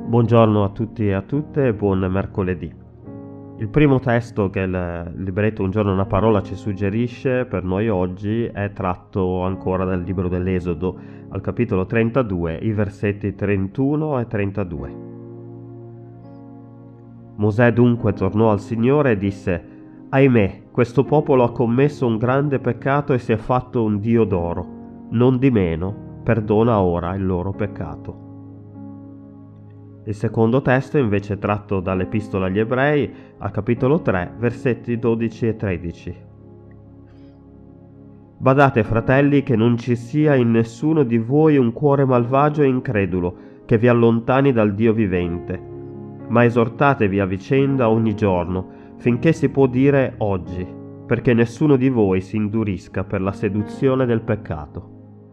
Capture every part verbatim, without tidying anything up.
Buongiorno a tutti e a tutte e buon mercoledì. Il primo testo che il libretto Un giorno una parola ci suggerisce per noi oggi è tratto ancora dal libro dell'Esodo, al capitolo trentadue, i versetti trentuno e trentadue. Mosè dunque tornò al Signore e disse: «Ahimè, questo popolo ha commesso un grande peccato e si è fatto un Dio d'oro. Non di meno, perdona ora il loro peccato». Il secondo testo è invece tratto dall'Epistola agli Ebrei, al capitolo tre, versetti dodici e tredici. «Badate, fratelli, che non ci sia in nessuno di voi un cuore malvagio e incredulo, che vi allontani dal Dio vivente, ma esortatevi a vicenda ogni giorno, finché si può dire oggi, perché nessuno di voi si indurisca per la seduzione del peccato».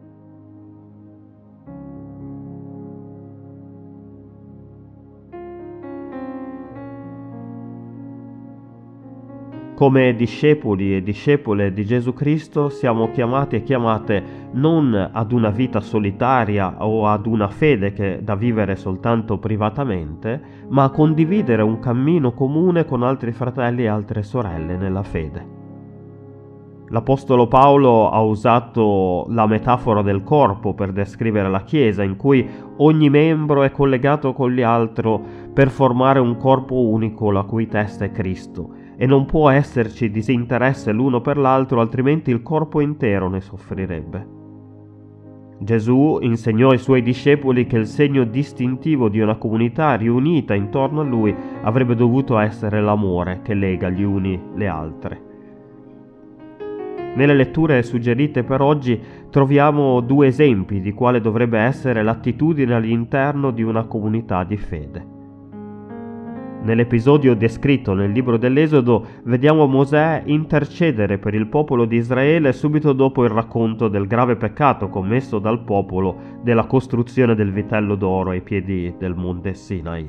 Come discepoli e discepole di Gesù Cristo siamo chiamati e chiamate non ad una vita solitaria o ad una fede che da vivere soltanto privatamente, ma a condividere un cammino comune con altri fratelli e altre sorelle nella fede. L'Apostolo Paolo ha usato la metafora del corpo per descrivere la Chiesa, in cui ogni membro è collegato con gli altri per formare un corpo unico la cui testa è Cristo, e non può esserci disinteresse l'uno per l'altro, altrimenti il corpo intero ne soffrirebbe. Gesù insegnò ai suoi discepoli che il segno distintivo di una comunità riunita intorno a lui avrebbe dovuto essere l'amore che lega gli uni le altre. Nelle letture suggerite per oggi troviamo due esempi di quale dovrebbe essere l'attitudine all'interno di una comunità di fede. Nell'episodio descritto nel libro dell'Esodo vediamo Mosè intercedere per il popolo di Israele subito dopo il racconto del grave peccato commesso dal popolo della costruzione del vitello d'oro ai piedi del monte Sinai.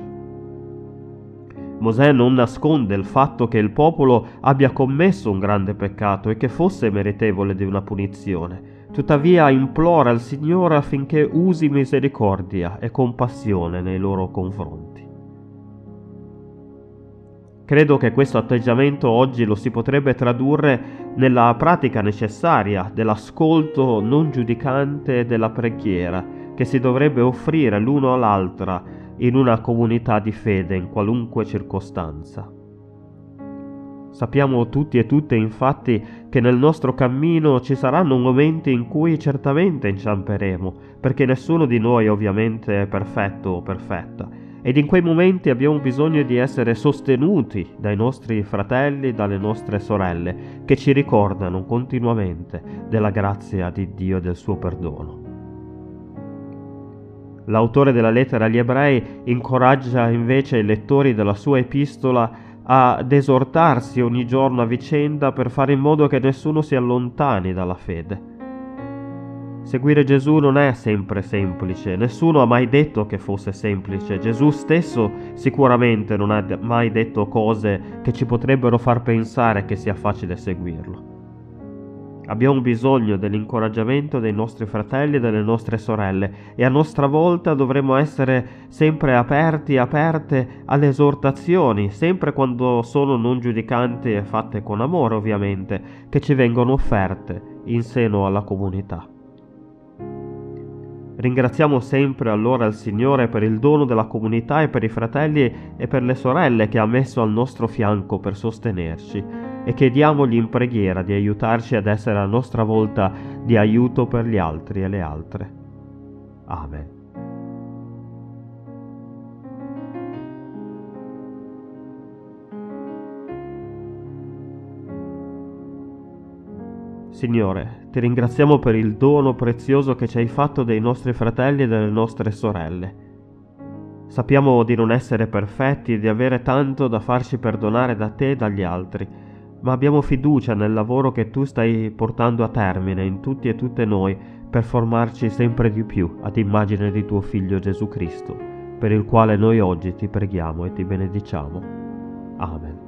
Mosè non nasconde il fatto che il popolo abbia commesso un grande peccato e che fosse meritevole di una punizione. Tuttavia implora il Signore affinché usi misericordia e compassione nei loro confronti. Credo che questo atteggiamento oggi lo si potrebbe tradurre nella pratica necessaria dell'ascolto non giudicante della preghiera che si dovrebbe offrire l'uno all'altra in una comunità di fede in qualunque circostanza. Sappiamo tutti e tutte infatti che nel nostro cammino ci saranno momenti in cui certamente inciamperemo, perché nessuno di noi ovviamente è perfetto o perfetta. Ed in quei momenti abbiamo bisogno di essere sostenuti dai nostri fratelli, dalle nostre sorelle, che ci ricordano continuamente della grazia di Dio e del suo perdono. L'autore della lettera agli Ebrei incoraggia invece i lettori della sua epistola ad esortarsi ogni giorno a vicenda per fare in modo che nessuno si allontani dalla fede. Seguire Gesù non è sempre semplice, nessuno ha mai detto che fosse semplice. Gesù stesso sicuramente non ha mai detto cose che ci potrebbero far pensare che sia facile seguirlo. Abbiamo bisogno dell'incoraggiamento dei nostri fratelli e delle nostre sorelle e a nostra volta dovremo essere sempre aperti e aperte alle esortazioni, sempre quando sono non giudicanti e fatte con amore ovviamente, che ci vengono offerte in seno alla comunità. Ringraziamo sempre allora il Signore per il dono della comunità e per i fratelli e per le sorelle che ha messo al nostro fianco per sostenerci e chiediamogli in preghiera di aiutarci ad essere a nostra volta di aiuto per gli altri e le altre. Amen. Signore, ti ringraziamo per il dono prezioso che ci hai fatto dei nostri fratelli e delle nostre sorelle. Sappiamo di non essere perfetti e di avere tanto da farci perdonare da te e dagli altri, ma abbiamo fiducia nel lavoro che tu stai portando a termine in tutti e tutte noi per formarci sempre di più ad immagine di tuo Figlio Gesù Cristo, per il quale noi oggi ti preghiamo e ti benediciamo. Amen.